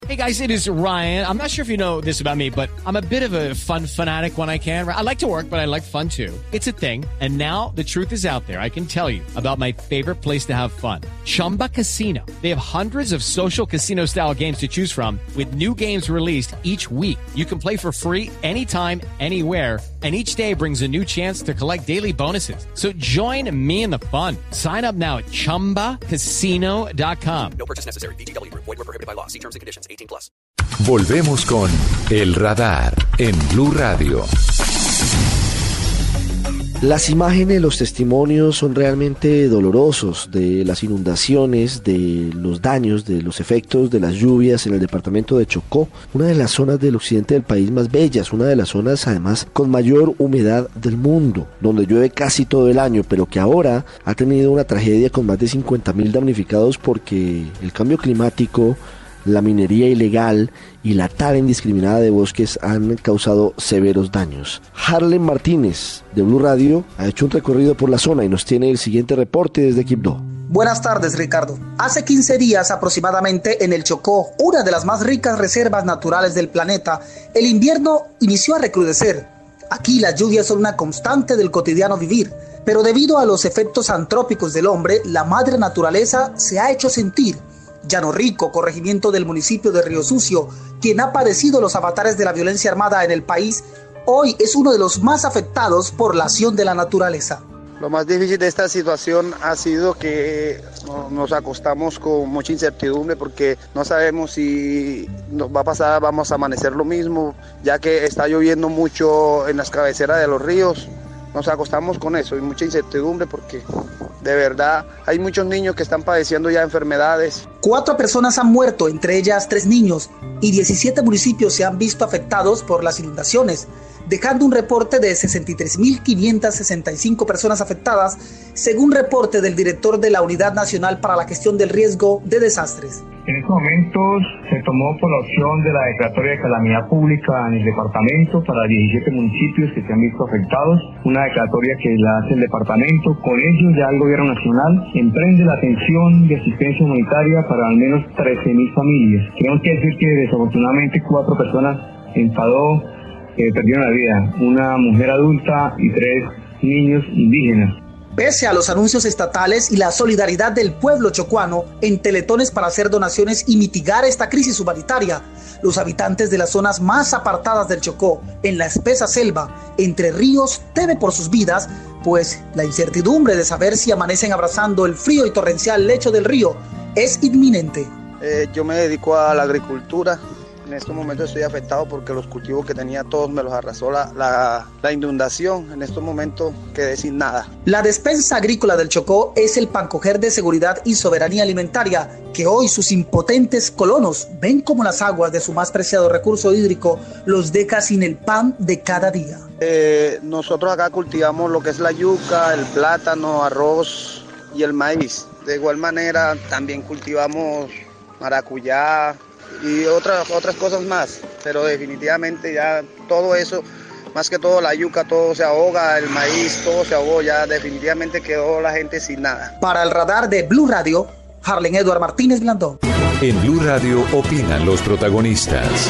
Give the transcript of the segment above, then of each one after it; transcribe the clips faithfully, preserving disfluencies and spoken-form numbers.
Hey guys, it is Ryan. I'm not sure if you know this about me, but I'm a bit of a fun fanatic when I can. I like to work, but I like fun too. It's a thing. And now the truth is out there. I can tell you about my favorite place to have fun. Chumba Casino. They have hundreds of social casino style games to choose from with new games released each week. You can play for free anytime, anywhere. And each day brings a new chance to collect daily bonuses. So join me in the fun. Sign up now at chumba casino dot com. No purchase necessary. V G W. Void where prohibited by law. See terms and conditions. eighteen plus. Volvemos con El Radar en Blue Radio. Las imágenes, los testimonios son realmente dolorosos de las inundaciones, de los daños, de los efectos de las lluvias en el departamento de Chocó, una de las zonas del occidente del país más bellas, una de las zonas además con mayor humedad del mundo, donde llueve casi todo el año, pero que ahora ha tenido una tragedia con más de cincuenta mil damnificados porque el cambio climático, la minería ilegal y la tala indiscriminada de bosques han causado severos daños. Harlen Martínez, de Blue Radio, ha hecho un recorrido por la zona y nos tiene el siguiente reporte desde Quibdó. Buenas tardes, Ricardo. Hace quince días aproximadamente en el Chocó, una de las más ricas reservas naturales del planeta, el invierno inició a recrudecer. Aquí las lluvias son una constante del cotidiano vivir, pero debido a los efectos antrópicos del hombre, la madre naturaleza se ha hecho sentir. Llano Rico, corregimiento del municipio de Río Sucio, quien ha padecido los avatares de la violencia armada en el país, hoy es uno de los más afectados por la acción de la naturaleza. Lo más difícil de esta situación ha sido que nos acostamos con mucha incertidumbre porque no sabemos si nos va a pasar, vamos a amanecer lo mismo, ya que está lloviendo mucho en las cabeceras de los ríos. Nos acostamos con eso y mucha incertidumbre porque de verdad hay muchos niños que están padeciendo ya enfermedades. Cuatro personas han muerto, entre ellas tres niños, y diecisiete municipios se han visto afectados por las inundaciones, dejando un reporte de sesenta y tres mil quinientas sesenta y cinco personas afectadas, según reporte del director de la Unidad Nacional para la Gestión del Riesgo de Desastres. En estos momentos se tomó por la opción de la declaratoria de calamidad pública en el departamento para diecisiete municipios que se han visto afectados, una declaratoria que la hace el departamento. Con ello ya el gobierno nacional emprende la atención de asistencia humanitaria para al menos trece mil familias. Tenemos que decir que desafortunadamente cuatro personas en Padó eh, perdieron la vida, una mujer adulta y tres niños indígenas. Pese a los anuncios estatales y la solidaridad del pueblo chocuano en teletones para hacer donaciones y mitigar esta crisis humanitaria, los habitantes de las zonas más apartadas del Chocó, en la espesa selva, entre ríos, temen por sus vidas, pues la incertidumbre de saber si amanecen abrazando el frío y torrencial lecho del río es inminente. Eh, yo me dedico a la agricultura. En estos momentos estoy afectado porque los cultivos que tenía todos me los arrasó la, la, la inundación. En estos momentos quedé sin nada. La despensa agrícola del Chocó es el pancoger de seguridad y soberanía alimentaria que hoy sus impotentes colonos ven como las aguas de su más preciado recurso hídrico los deja sin el pan de cada día. Eh, nosotros acá cultivamos lo que es la yuca, el plátano, arroz y el maíz. De igual manera también cultivamos maracuyá y otras otras cosas más, pero definitivamente ya todo eso, más que todo la yuca, todo se ahoga, el maíz, todo se ahogó, ya definitivamente quedó la gente sin nada. Para el radar de Blue Radio, Harlen Eduard Martínez Blandón. En Blue Radio opinan los protagonistas.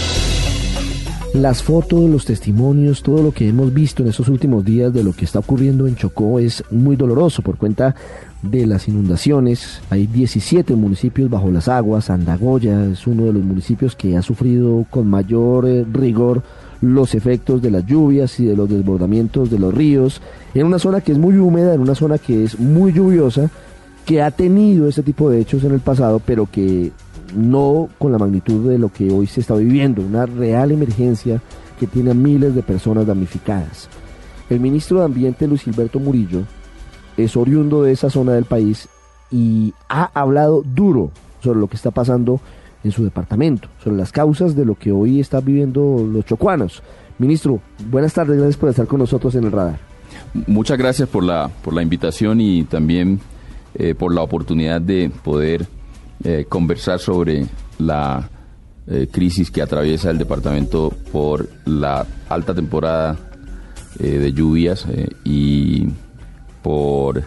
Las fotos, los testimonios, todo lo que hemos visto en estos últimos días de lo que está ocurriendo en Chocó es muy doloroso por cuenta de las inundaciones. Hay diecisiete municipios bajo las aguas. Andagoya es uno de los municipios que ha sufrido con mayor eh, rigor los efectos de las lluvias y de los desbordamientos de los ríos, en una zona que es muy húmeda, en una zona que es muy lluviosa, que ha tenido este tipo de hechos en el pasado, pero que no con la magnitud de lo que hoy se está viviendo, una real emergencia que tiene a miles de personas damnificadas. El ministro de Ambiente, Luis Gilberto Murillo, es oriundo de esa zona del país y ha hablado duro sobre lo que está pasando en su departamento, sobre las causas de lo que hoy están viviendo los chocuanos. Ministro, buenas tardes, gracias por estar con nosotros en el radar. Muchas gracias por la, por la invitación y también eh, por la oportunidad de poder eh, conversar sobre la eh, crisis que atraviesa el departamento por la alta temporada eh, de lluvias eh, y por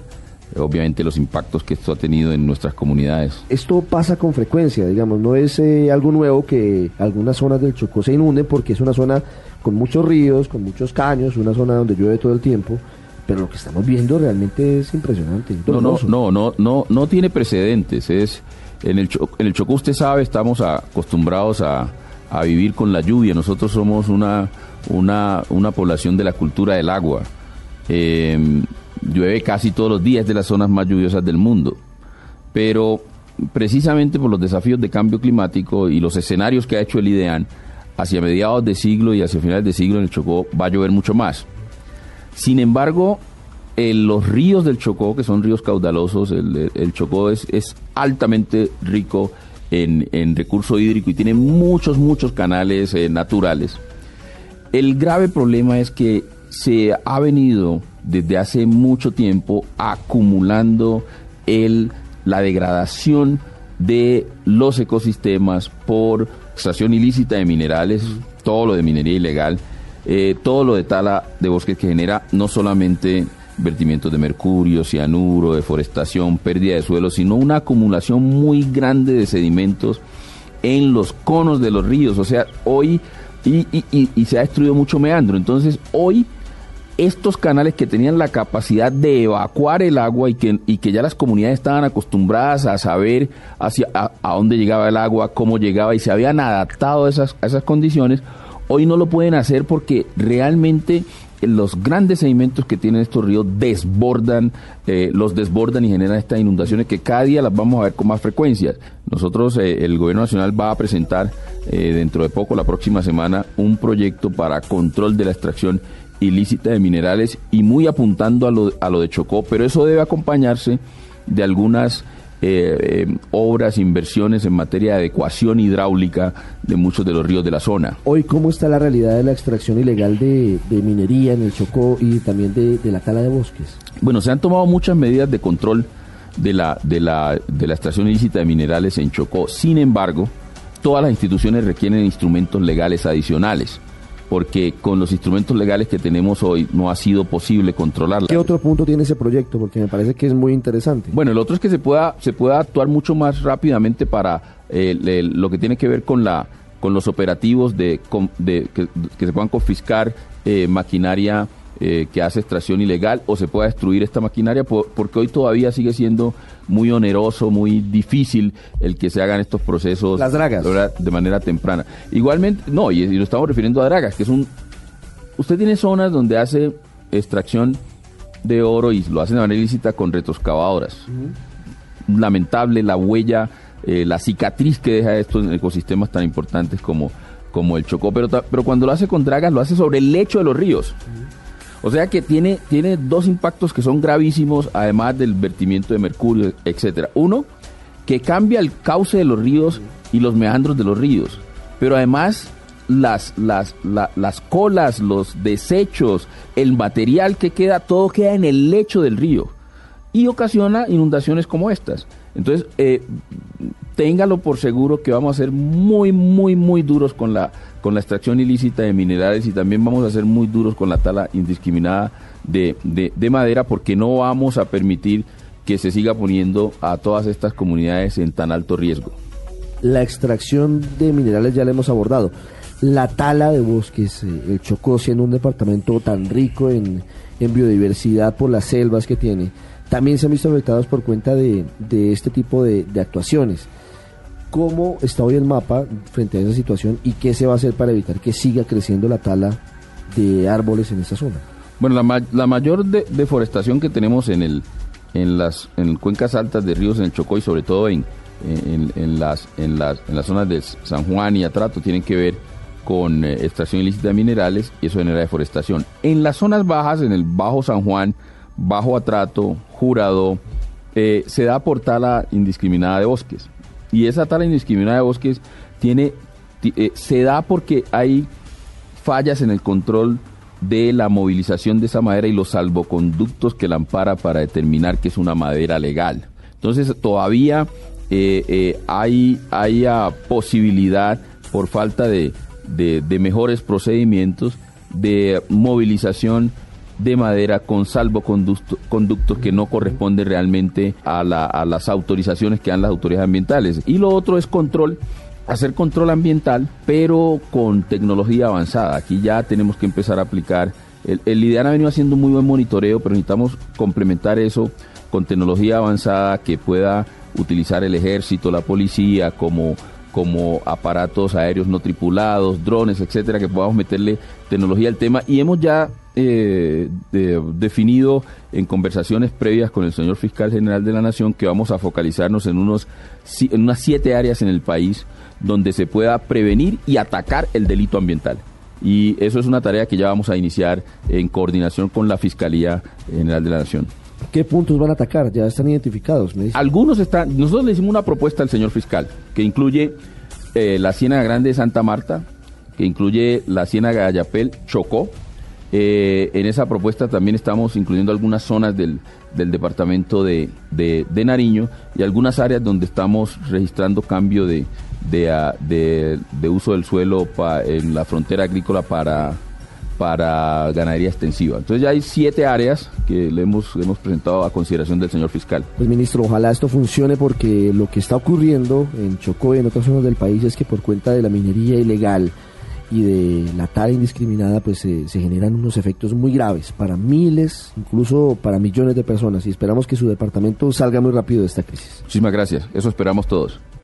obviamente los impactos que esto ha tenido en nuestras comunidades. Esto pasa con frecuencia, digamos, no es eh, algo nuevo que algunas zonas del Chocó se inunden, porque es una zona con muchos ríos, con muchos caños, una zona donde llueve todo el tiempo, pero lo que estamos viendo realmente es impresionante. No, no, no, no, no, no tiene precedentes. Es en el Chocó, en el Chocó, usted sabe, estamos acostumbrados a, a vivir con la lluvia. Nosotros somos una, una, una población de la cultura del agua. Eh, llueve casi todos los días, de las zonas más lluviosas del mundo, pero precisamente por los desafíos de cambio climático y los escenarios que ha hecho el IDEAN, hacia mediados de siglo y hacia finales de siglo en el Chocó va a llover mucho más. Sin embargo, en los ríos del Chocó, que son ríos caudalosos, el, el Chocó es, es altamente rico en, en recurso hídrico y tiene muchos, muchos canales eh, naturales. El grave problema es que se ha venido desde hace mucho tiempo acumulando el, la degradación de los ecosistemas por extracción ilícita de minerales, todo lo de minería ilegal, eh, todo lo de tala de bosques que genera no solamente vertimientos de mercurio, cianuro, deforestación, pérdida de suelo, sino una acumulación muy grande de sedimentos en los conos de los ríos. O sea, hoy, y, y, y, y se ha destruido mucho meandro. Entonces, hoy estos canales que tenían la capacidad de evacuar el agua y que, y que ya las comunidades estaban acostumbradas a saber hacia a, a dónde llegaba el agua, cómo llegaba, y se habían adaptado a esas, a esas condiciones, hoy no lo pueden hacer porque realmente los grandes sedimentos que tienen estos ríos desbordan, eh, los desbordan y generan estas inundaciones que cada día las vamos a ver con más frecuencia. Nosotros, eh, el gobierno nacional va a presentar eh, dentro de poco, la próxima semana, un proyecto para control de la extracción ilícita de minerales y muy apuntando a lo, a lo de Chocó, pero eso debe acompañarse de algunas eh, eh, obras, inversiones en materia de adecuación hidráulica de muchos de los ríos de la zona. Hoy, ¿cómo está la realidad de la extracción ilegal de, de minería en el Chocó y también de, de la tala de bosques? Bueno, se han tomado muchas medidas de control de la, de la, de la extracción ilícita de minerales en Chocó. Sin embargo, todas las instituciones requieren instrumentos legales adicionales, porque con los instrumentos legales que tenemos hoy no ha sido posible controlarla. ¿Qué otro punto tiene ese proyecto? Porque me parece que es muy interesante. Bueno, el otro es que se pueda se pueda actuar mucho más rápidamente para eh, le, lo que tiene que ver con la con los operativos de, de que, que se puedan confiscar eh, maquinaria eh, que hace extracción ilegal, o se pueda destruir esta maquinaria, por, porque hoy todavía sigue siendo muy oneroso, muy difícil el que se hagan estos procesos. Las dragas. De manera temprana. Igualmente, no, y, y lo estamos refiriendo a dragas, que es un... Usted tiene zonas donde hace extracción de oro y lo hace de manera ilícita con retroexcavadoras. Uh-huh. Lamentable la huella, eh, la cicatriz que deja esto en ecosistemas tan importantes como, como el Chocó, pero, pero cuando lo hace con dragas, lo hace sobre el lecho de los ríos. Uh-huh. O sea que tiene, tiene dos impactos que son gravísimos, además del vertimiento de mercurio, etcétera. Uno, que cambia el cauce de los ríos y los meandros de los ríos, pero además las, las, la, las colas, los desechos, el material que queda, todo queda en el lecho del río y ocasiona inundaciones como estas. Entonces, eh, téngalo por seguro que vamos a ser muy, muy, muy duros con la, con la extracción ilícita de minerales, y también vamos a ser muy duros con la tala indiscriminada de, de, de madera, porque no vamos a permitir que se siga poniendo a todas estas comunidades en tan alto riesgo. La extracción de minerales ya la hemos abordado. La tala de bosques, eh, el Chocó, siendo un departamento tan rico en, en biodiversidad por las selvas que tiene, también se han visto afectados por cuenta de, de este tipo de, de actuaciones. ¿Cómo está hoy el mapa frente a esa situación y qué se va a hacer para evitar que siga creciendo la tala de árboles en esta zona? Bueno, la, ma- la mayor de- deforestación que tenemos en el en las en cuencas altas de ríos en el Chocó, y sobre todo en, en, en, las, en, las, en las zonas de San Juan y Atrato, tienen que ver con eh, extracción ilícita de minerales, y eso genera deforestación. En las zonas bajas, en el Bajo San Juan, Bajo Atrato, Jurado, eh, se da por tala indiscriminada de bosques. Y esa tala indiscriminada de bosques tiene, eh, se da porque hay fallas en el control de la movilización de esa madera y los salvoconductos que la ampara para determinar que es una madera legal. Entonces todavía eh, eh, hay, hay posibilidad, por falta de, de, de mejores procedimientos, de movilización de madera con salvoconductos que no corresponden realmente a, la, a las autorizaciones que dan las autoridades ambientales. Y lo otro es control, hacer control ambiental, pero con tecnología avanzada. Aquí ya tenemos que empezar a aplicar, el, el IDEAN ha venido haciendo muy buen monitoreo, pero necesitamos complementar eso con tecnología avanzada que pueda utilizar el ejército, la policía, como, como aparatos aéreos no tripulados, drones, etcétera, que podamos meterle tecnología al tema. Y hemos ya eh, de, definido en conversaciones previas con el señor Fiscal General de la Nación que vamos a focalizarnos en, unos, en unas siete áreas en el país donde se pueda prevenir y atacar el delito ambiental. Y eso es una tarea que ya vamos a iniciar en coordinación con la Fiscalía General de la Nación. ¿Qué puntos van a atacar? ¿Ya están identificados? Me dice. Algunos están. Nosotros le hicimos una propuesta al señor fiscal que incluye eh, la Ciénaga Grande de Santa Marta, que incluye la Ciénaga de Ayapel, Chocó. Eh, en esa propuesta también estamos incluyendo algunas zonas del, del departamento de, de, de Nariño y algunas áreas donde estamos registrando cambio de, de, de, de uso del suelo pa, en la frontera agrícola para... para ganadería extensiva. Entonces ya hay siete áreas que le hemos, le hemos presentado a consideración del señor fiscal. Pues ministro, ojalá esto funcione porque lo que está ocurriendo en Chocó y en otras zonas del país es que por cuenta de la minería ilegal y de la tala indiscriminada pues eh, se generan unos efectos muy graves para miles, incluso para millones de personas y esperamos que su departamento salga muy rápido de esta crisis. Muchísimas gracias, eso esperamos todos.